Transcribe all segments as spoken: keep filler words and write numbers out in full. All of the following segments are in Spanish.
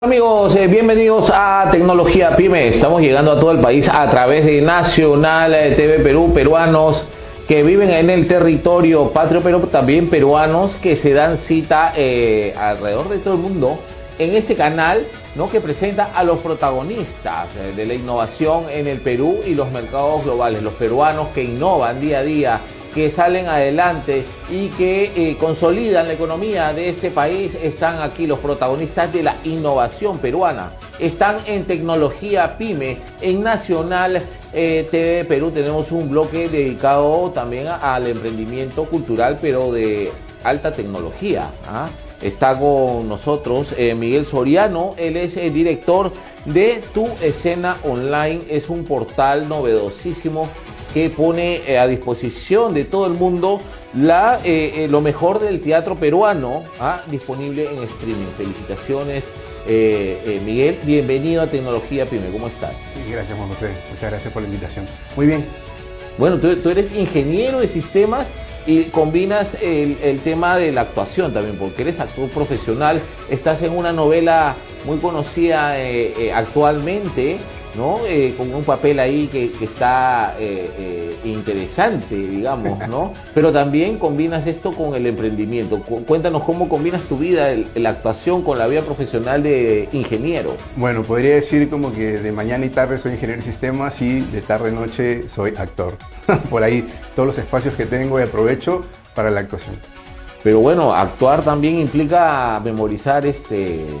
Amigos, eh, bienvenidos a Tecnología Pyme. Estamos llegando a todo el país a través de Nacional eh, T V Perú, peruanos que viven en el territorio patrio, pero también peruanos que se dan cita eh, alrededor de todo el mundo en este canal, ¿no?, que presenta a los protagonistas eh, de la innovación en el Perú y los mercados globales, los peruanos que innovan día a día, que salen adelante y que eh, consolidan la economía de este país. Están aquí los protagonistas de la innovación peruana. Están en Tecnología Pyme, en Nacional eh, T V Perú. Tenemos un bloque dedicado también a, al emprendimiento cultural, pero de alta tecnología. ¿ah? Está con nosotros eh, Miguel Soriano. Él es el director de Tu Escena Online. Es un portal novedosísimo que pone eh, a disposición de todo el mundo la, eh, eh, lo mejor del teatro peruano, ¿ah? disponible en streaming. Felicitaciones, eh, eh, Miguel. Bienvenido a Tecnología Pyme. ¿Cómo estás? Sí, gracias, Juan José. Muchas gracias por la invitación. Muy bien. Bueno, tú, tú eres ingeniero de sistemas y combinas el, el tema de la actuación también, porque eres actor profesional. Estás en una novela muy conocida eh, eh, actualmente, ¿no? Eh, con un papel ahí que, que está eh, eh, interesante, digamos, ¿no? Pero también combinas esto con el emprendimiento. Cu- Cuéntanos cómo combinas tu vida, el, la actuación, con la vida profesional de ingeniero. Bueno, podría decir como que de mañana y tarde soy ingeniero de sistemas y de tarde y noche soy actor. Por ahí todos los espacios que tengo y aprovecho para la actuación. Pero bueno, actuar también implica memorizar este, eh,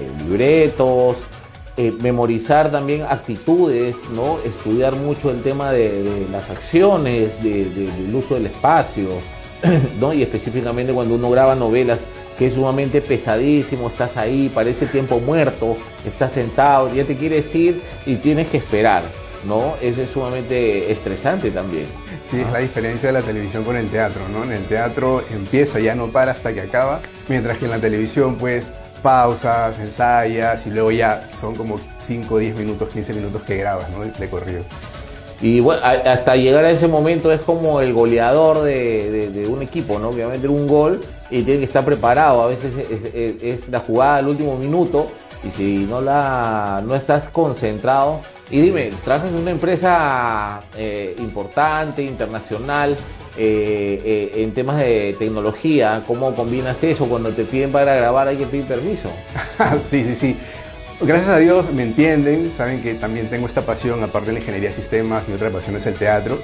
libretos, Eh, memorizar también actitudes, ¿no? Estudiar mucho el tema de, de las acciones, de, de, del uso del espacio, ¿no? Y específicamente cuando uno graba novelas, que es sumamente pesadísimo, estás ahí, parece tiempo muerto, estás sentado, ya te quieres ir y tienes que esperar, ¿no? Eso es sumamente estresante también. Sí, es la diferencia de la televisión con el teatro, ¿no? En el teatro empieza, ya no para hasta que acaba, mientras que en la televisión, pues, pausas, ensayas y luego ya son como cinco, diez minutos, quince minutos que grabas, ¿no? De corrido. Y bueno, a- hasta llegar a ese momento es como el goleador de, de- de un equipo, ¿no? Que va a meter un gol y tiene que estar preparado. A veces es, es- es la jugada al último minuto y si no la no estás concentrado. Y dime, trabajas en una empresa eh, importante, internacional, eh, eh, en temas de tecnología. ¿Cómo combinas eso? Cuando te piden para grabar hay que pedir permiso. Sí, sí, sí. Gracias a Dios me entienden, saben que también tengo esta pasión, aparte de la ingeniería de sistemas, mi otra pasión es el teatro.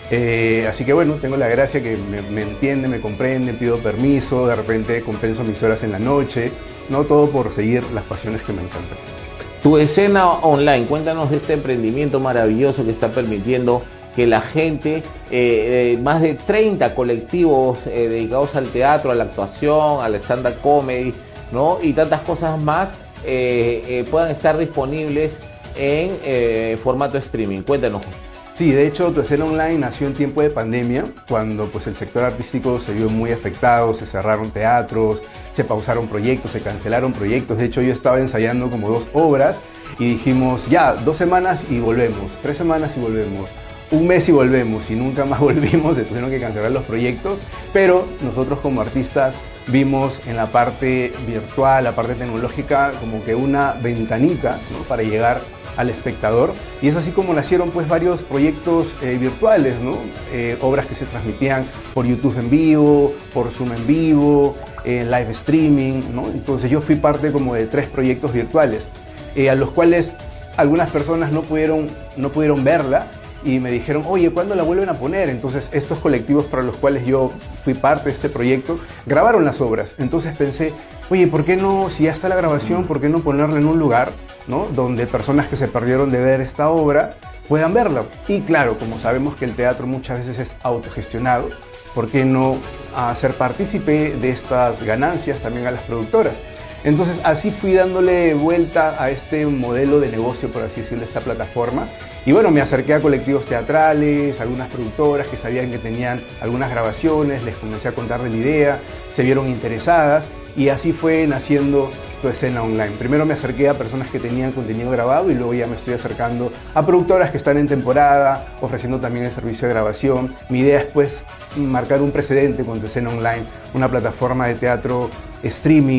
Eh, así que bueno, tengo la gracia que me, me entienden, me comprenden, pido permiso, de repente compenso mis horas en la noche, no todo por seguir las pasiones que me encantan. Tu Escena Online, cuéntanos de este emprendimiento maravilloso que está permitiendo que la gente, eh, eh, más de treinta colectivos eh, dedicados al teatro, a la actuación, al stand-up comedy, ¿no? Y tantas cosas más, eh, eh, puedan estar disponibles en eh, formato streaming. Cuéntanos. Sí, de hecho, Tu Escena Online nació en tiempo de pandemia, cuando pues, el sector artístico se vio muy afectado, se cerraron teatros, se pausaron proyectos, se cancelaron proyectos. De hecho, yo estaba ensayando como dos obras y dijimos, ya, dos semanas y volvemos, tres semanas y volvemos, un mes y volvemos, y nunca más volvimos, se tuvieron que cancelar los proyectos, pero nosotros como artistas vimos en la parte virtual, la parte tecnológica, como que una ventanita, ¿no?, para llegar al espectador, y es así como nacieron pues varios proyectos eh, virtuales, ¿no? Eh, obras que se transmitían por YouTube en vivo, por Zoom en vivo, eh, live streaming, ¿no? Entonces yo fui parte como de tres proyectos virtuales, eh, a los cuales algunas personas no pudieron, no pudieron verla y me dijeron, oye, ¿cuándo la vuelven a poner? Entonces estos colectivos para los cuales yo fui parte de este proyecto grabaron las obras. Entonces pensé, oye, ¿por qué no, si ya está la grabación, por qué no ponerla en un lugar, ¿no?, donde personas que se perdieron de ver esta obra puedan verla? Y claro, como sabemos que el teatro muchas veces es autogestionado, ¿por qué no hacer partícipe de estas ganancias también a las productoras? Entonces así fui dándole vuelta a este modelo de negocio, por así decirlo, esta plataforma. Y bueno, me acerqué a colectivos teatrales, algunas productoras que sabían que tenían algunas grabaciones, les comencé a contar de la idea, se vieron interesadas y así fue naciendo Tu Escena Online. Primero me acerqué a personas que tenían contenido grabado y luego ya me estoy acercando a productoras que están en temporada, ofreciendo también el servicio de grabación. Mi idea es pues marcar un precedente con Tu Escena Online, una plataforma de teatro streaming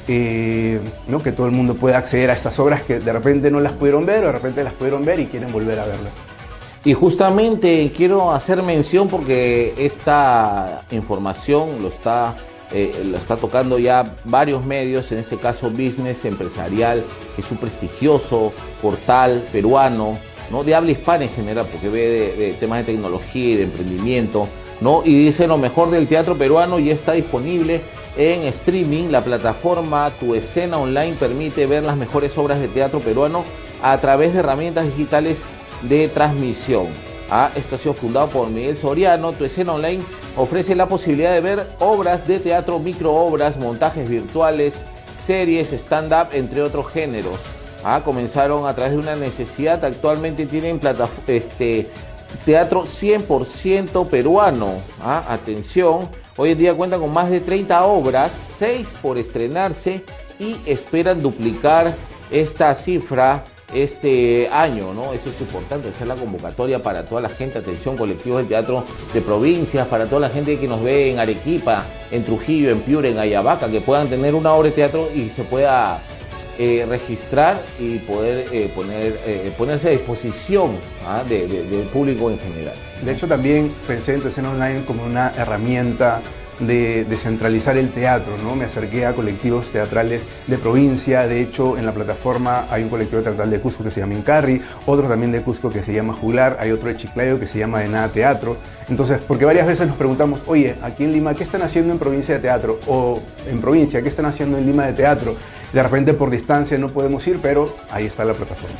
eh, ¿no? que todo el mundo pueda acceder a estas obras que de repente no las pudieron ver o de repente las pudieron ver y quieren volver a verlas. Y justamente quiero hacer mención porque esta información lo está, eh, lo está tocando ya varios medios, en este caso Business Empresarial, que es un prestigioso portal peruano, ¿no? De habla hispana en general, porque ve de, de temas de tecnología y de emprendimiento, ¿no? Y dice: lo mejor del teatro peruano ya está disponible en streaming. La plataforma Tu Escena Online permite ver las mejores obras de teatro peruano a través de herramientas digitales de transmisión. Ah, esto ha sido fundado por Miguel Soriano. Tu Escena Online ofrece la posibilidad de ver obras de teatro, microobras, montajes virtuales, series, stand-up, entre otros géneros. Ah, comenzaron a través de una necesidad. Actualmente tienen este, teatro cien por ciento peruano. Ah, atención, hoy en día cuentan con más de treinta obras, seis por estrenarse, y esperan duplicar esta cifra este año, ¿no? Eso es importante, hacer la convocatoria para toda la gente, atención, colectivos de teatro de provincias, para toda la gente que nos ve en Arequipa, en Trujillo, en Piura, en Ayabaca, que puedan tener una obra de teatro y se pueda eh, registrar y poder eh, poner, eh, ponerse a disposición ¿ah? de, de, del público en general. De hecho, también pensé en Tu Escena Online como una herramienta de descentralizar el teatro, ¿no? Me acerqué a colectivos teatrales de provincia. De hecho, en la plataforma hay un colectivo teatral de Cusco que se llama Incarri, otro también de Cusco que se llama Juglar, hay otro de Chiclayo que se llama De Nada Teatro. Entonces, porque varias veces nos preguntamos, oye, aquí en Lima, ¿qué están haciendo en provincia de teatro? O en provincia, ¿qué están haciendo en Lima de teatro? De repente por distancia no podemos ir, pero ahí está la plataforma.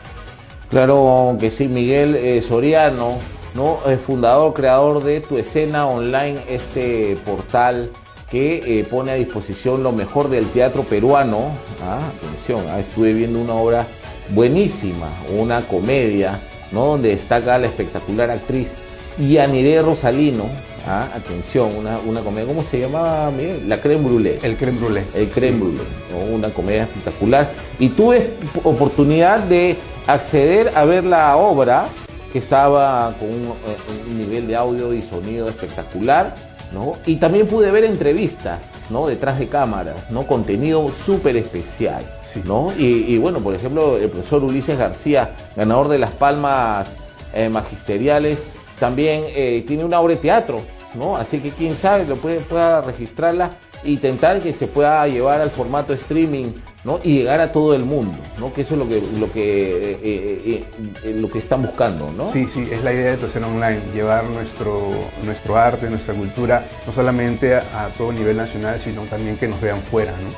Claro que sí, Miguel eh, Soriano, ¿no? El fundador, creador de Tu Escena Online, este portal que eh, pone a disposición lo mejor del teatro peruano. Ah, atención, ah, estuve viendo una obra buenísima, una comedia, ¿no? Donde destaca la espectacular actriz Yanire Rosalino. Ah, atención, una, una comedia, ¿cómo se llamaba, Miguel? La Crème Brûlée. El Crème Brûlée. El Crème Brûlée, ¿no? Una comedia espectacular. Y tuve oportunidad de acceder a ver la obra, que estaba con un, un nivel de audio y sonido espectacular, ¿no? Y también pude ver entrevistas, ¿no? Detrás de cámaras, ¿no? Contenido súper especial, sí. ¿no? Y, y bueno, por ejemplo, el profesor Ulises García, ganador de las palmas eh, magisteriales, también eh, tiene una obra de teatro, ¿no? Así que quién sabe, lo puede, pueda registrarla e intentar que se pueda llevar al formato streaming, ¿no? Y llegar a todo el mundo, ¿no? Que eso es lo que lo que eh, eh, eh, lo que están buscando, ¿no? Sí, sí, es la idea de Tu Escena Online, llevar nuestro nuestro arte, nuestra cultura, no solamente a, a todo nivel nacional, sino también que nos vean fuera, ¿no?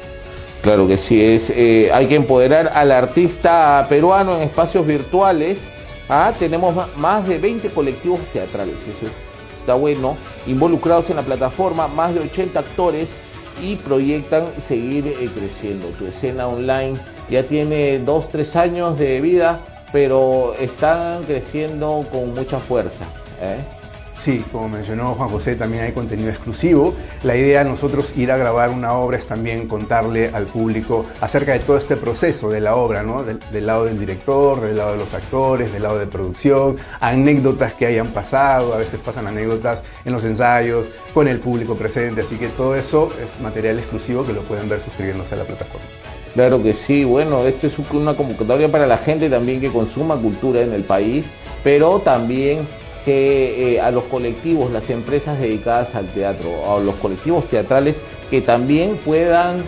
Claro que sí, es eh, hay que empoderar al artista peruano en espacios virtuales. Ah, tenemos más de veinte colectivos teatrales, eso está bueno, involucrados en la plataforma, más de ochenta actores, y proyectan seguir eh, creciendo. Tu Escena Online ya tiene dos, tres años de vida, pero están creciendo con mucha fuerza, ¿eh? Sí, como mencionó Juan José, también hay contenido exclusivo. La idea de nosotros ir a grabar una obra es también contarle al público acerca de todo este proceso de la obra, ¿no? Del, del lado del director, del lado de los actores, del lado de producción, anécdotas que hayan pasado, a veces pasan anécdotas en los ensayos, con el público presente, así que todo eso es material exclusivo que lo pueden ver suscribiéndose a la plataforma. Claro que sí, bueno, esto es una convocatoria para la gente también que consuma cultura en el país, pero también que eh, a los colectivos, las empresas dedicadas al teatro, a los colectivos teatrales que también puedan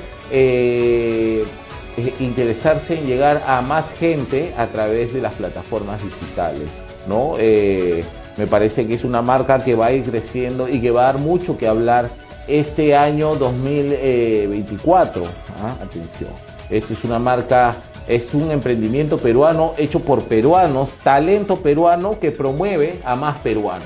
eh, interesarse en llegar a más gente a través de las plataformas digitales, ¿no? Eh, me parece que es una marca que va a ir creciendo y que va a dar mucho que hablar este año dos mil veinticuatro. ¿Ah? Atención, esto es una marca... Es un emprendimiento peruano hecho por peruanos, talento peruano que promueve a más peruanos.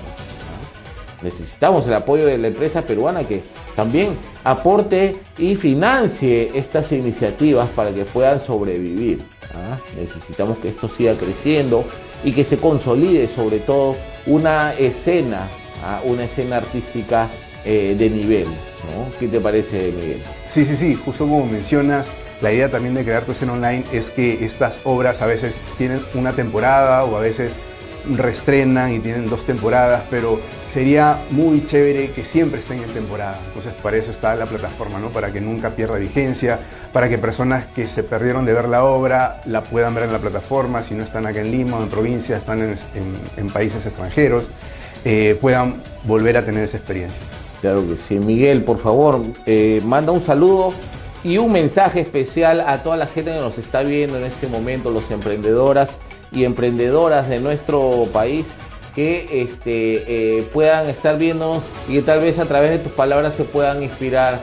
Necesitamos el apoyo de la empresa peruana que también aporte y financie estas iniciativas para que puedan sobrevivir. Necesitamos que esto siga creciendo y que se consolide sobre todo una escena, una escena artística de nivel, ¿no? ¿Qué te parece, Miguel? Sí, sí, sí, justo como mencionas, la idea también de crear Tu Escena Online es que estas obras a veces tienen una temporada o a veces reestrenan y tienen dos temporadas, pero sería muy chévere que siempre estén en temporada. Entonces para eso está la plataforma, ¿no? Para que nunca pierda vigencia, para que personas que se perdieron de ver la obra la puedan ver en la plataforma, si no están acá en Lima o en provincia, están en, en, en países extranjeros, eh, puedan volver a tener esa experiencia. Claro que sí. Miguel, por favor, eh, manda un saludo y un mensaje especial a toda la gente que nos está viendo en este momento, los emprendedoras y emprendedoras de nuestro país, que este, eh, puedan estar viéndonos y que tal vez a través de tus palabras se puedan inspirar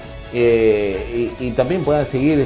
eh, y, y también puedan seguir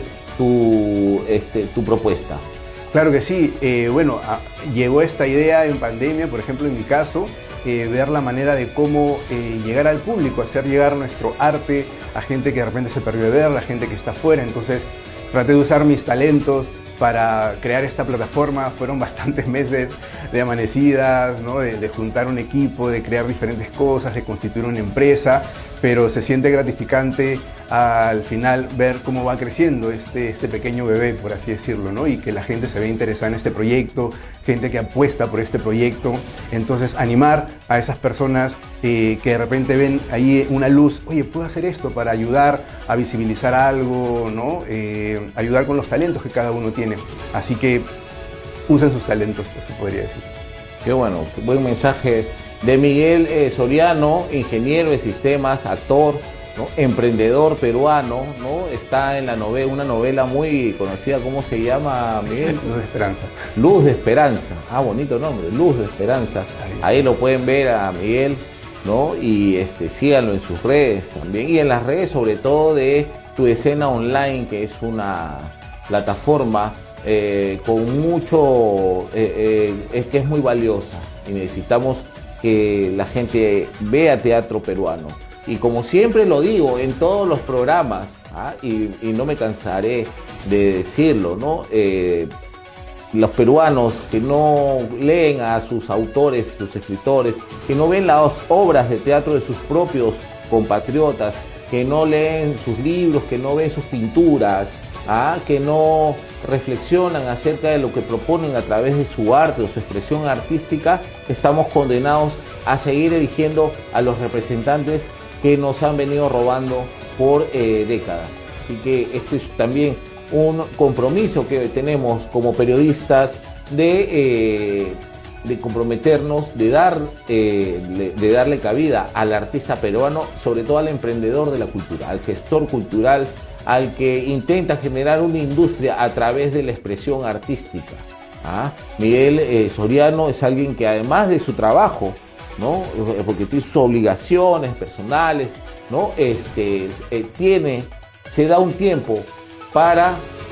tu, este, tu propuesta. Claro que sí. Eh, bueno, a, llegó esta idea en pandemia, por ejemplo, en mi caso, eh, ver la manera de cómo eh, llegar al público, hacer llegar nuestro arte a gente que de repente se perdió de ver, a gente que está afuera. Entonces traté de usar mis talentos para crear esta plataforma. Fueron bastantes meses de amanecidas, ¿no? de, de juntar un equipo, de crear diferentes cosas, de constituir una empresa, pero se siente gratificante al final ver cómo va creciendo este, este pequeño bebé, por así decirlo, ¿no? Y que la gente se ve interesada en este proyecto, gente que apuesta por este proyecto. Entonces animar a esas personas eh, que de repente ven ahí una luz, oye, puedo hacer esto para ayudar a visibilizar algo, ¿no? Eh, ayudar con los talentos que cada uno tiene. Así que usen sus talentos, pues, se podría decir. Qué bueno, qué buen mensaje de Miguel eh, Soriano, ingeniero de sistemas, actor, ¿no? Emprendedor peruano, ¿no? Está en la novela, una novela muy conocida, ¿cómo se llama, Miguel? Luz de Esperanza. Luz de Esperanza, ah, bonito nombre, Luz de Esperanza. Ahí lo pueden ver a Miguel, ¿no? Y este, síganlo en sus redes también, y en las redes sobre todo de Tu Escena Online, que es una plataforma eh, con mucho, eh, eh, es que es muy valiosa y necesitamos que la gente vea teatro peruano. Y como siempre lo digo en todos los programas, ¿ah? y, y no me cansaré de decirlo, ¿no? Eh, los peruanos que no leen a sus autores, sus escritores, que no ven las obras de teatro de sus propios compatriotas, que no leen sus libros, que no ven sus pinturas, ¿ah? que no reflexionan acerca de lo que proponen a través de su arte o su expresión artística, estamos condenados a seguir eligiendo a los representantes que nos han venido robando por eh, décadas. Así que esto es también un compromiso que tenemos como periodistas de, eh, de comprometernos, de, dar, eh, de, de darle cabida al artista peruano, sobre todo al emprendedor de la cultura, al gestor cultural, al que intenta generar una industria a través de la expresión artística. ¿Ah? Miguel eh, Soriano es alguien que, además de su trabajo, ¿no? porque tiene sus obligaciones personales, ¿no? este, eh, tiene, se da un tiempo para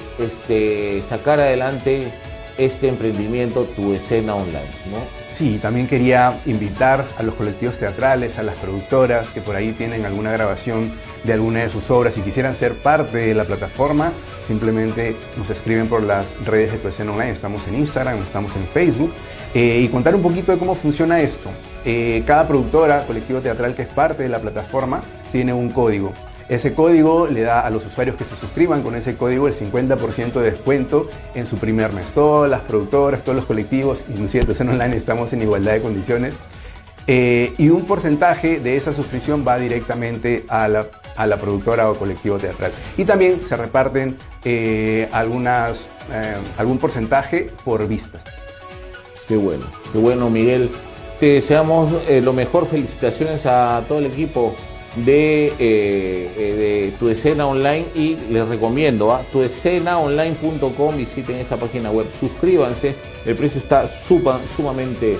este, sacar adelante este emprendimiento, Tu Escena Online, ¿no? Sí, también quería invitar a los colectivos teatrales, a las productoras que por ahí tienen alguna grabación de alguna de sus obras y quisieran ser parte de la plataforma. Simplemente nos escriben por las redes de Tu Escena Online, estamos en Instagram, estamos en Facebook, eh, y contar un poquito de cómo funciona esto. Eh, cada productora, colectivo teatral que es parte de la plataforma, tiene un código. Ese código le da a los usuarios que se suscriban con ese código el cincuenta por ciento de descuento en su primer mes. Todas las productoras, todos los colectivos, inclusive Tu Escena Online, estamos en igualdad de condiciones. Eh, y un porcentaje de esa suscripción va directamente a la, a la productora o colectivo teatral. Y también se reparten eh, algunas, eh, algún porcentaje por vistas. Qué bueno, qué bueno, Miguel. Te deseamos eh, lo mejor. Felicitaciones a todo el equipo de, eh, de Tu Escena Online, y les recomiendo a ¿eh? tu escena online punto com, visiten esa página web, suscríbanse, el precio está super, sumamente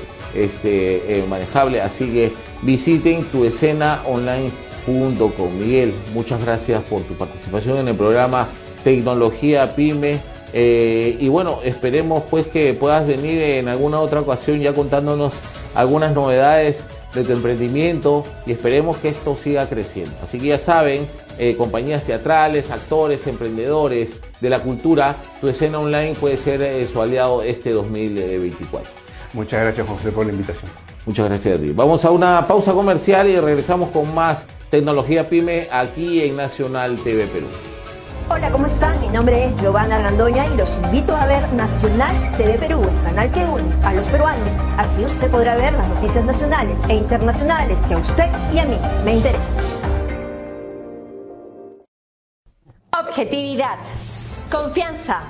este, eh, manejable, así que visiten tu escena online punto com. Miguel, muchas gracias por tu participación en el programa Tecnología Pyme, eh, y bueno, esperemos pues que puedas venir en alguna otra ocasión ya contándonos algunas novedades de tu emprendimiento, y esperemos que esto siga creciendo. Así que ya saben, eh, compañías teatrales, actores, emprendedores de la cultura, Tu Escena Online puede ser eh, su aliado este dos mil veinticuatro. Muchas gracias, José, por la invitación. Muchas gracias a ti. Vamos a una pausa comercial y regresamos con más Tecnología Pyme aquí en Nacional T V Perú. Hola, ¿cómo están? Mi nombre es Giovanna Argandoña y los invito a ver Nacional T V Perú, el canal que une a los peruanos. Aquí usted podrá ver las noticias nacionales e internacionales que a usted y a mí me interesan. Objetividad, confianza,